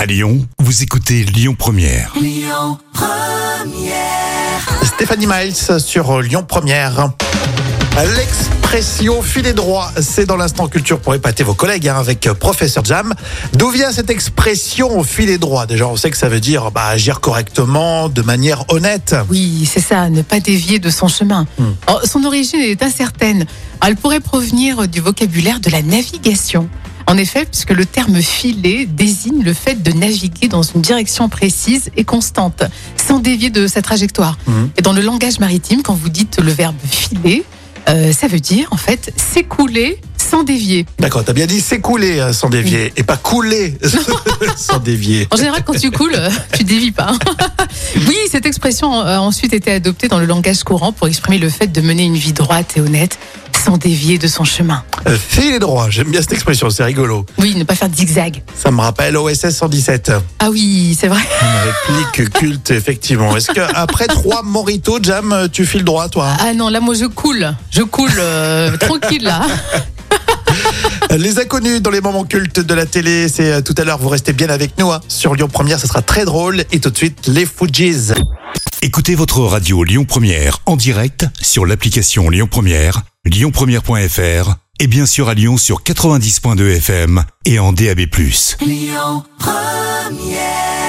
À Lyon, vous écoutez Lyon Première. Lyon Première. Stéphanie Miles sur Lyon Première. L'expression filet droit, c'est dans l'instant culture pour épater vos collègues avec Professeur Jam. D'où vient cette expression filet droit? Déjà, on sait que ça veut dire agir correctement, de manière honnête. Oui, c'est ça, ne pas dévier de son chemin. Alors, son origine est incertaine. Elle pourrait provenir du vocabulaire de la navigation. En effet, puisque le terme filer désigne le fait de naviguer dans une direction précise et constante, sans dévier de sa trajectoire. Et dans le langage maritime, quand vous dites le verbe filer, ça veut dire en fait s'écouler sans dévier. D'accord, t'as bien dit s'écouler sans dévier et pas couler sans dévier. En général, quand tu coules, tu dévies pas. Oui, cette expression a ensuite été adoptée dans le langage courant pour exprimer le fait de mener une vie droite et honnête sans dévier de son chemin. Filet droit, j'aime bien cette expression, c'est rigolo. Oui, ne pas faire de zigzag. Ça me rappelle OSS 117. Ah oui, c'est vrai. Une réplique culte, effectivement. Est-ce qu'après 3 mojitos, Jam, tu files droit, toi? Ah non, là, moi, je coule tranquille, là. Les inconnus dans les moments cultes de la télé, c'est tout à l'heure, vous restez bien avec nous sur Lyon Première, ça sera très drôle. Et tout de suite, les Fujis. Écoutez votre radio Lyon Première en direct sur l'application Lyon Première, lyonpremière.fr et bien sûr à Lyon sur 90.2 FM et en DAB+. Lyon Première.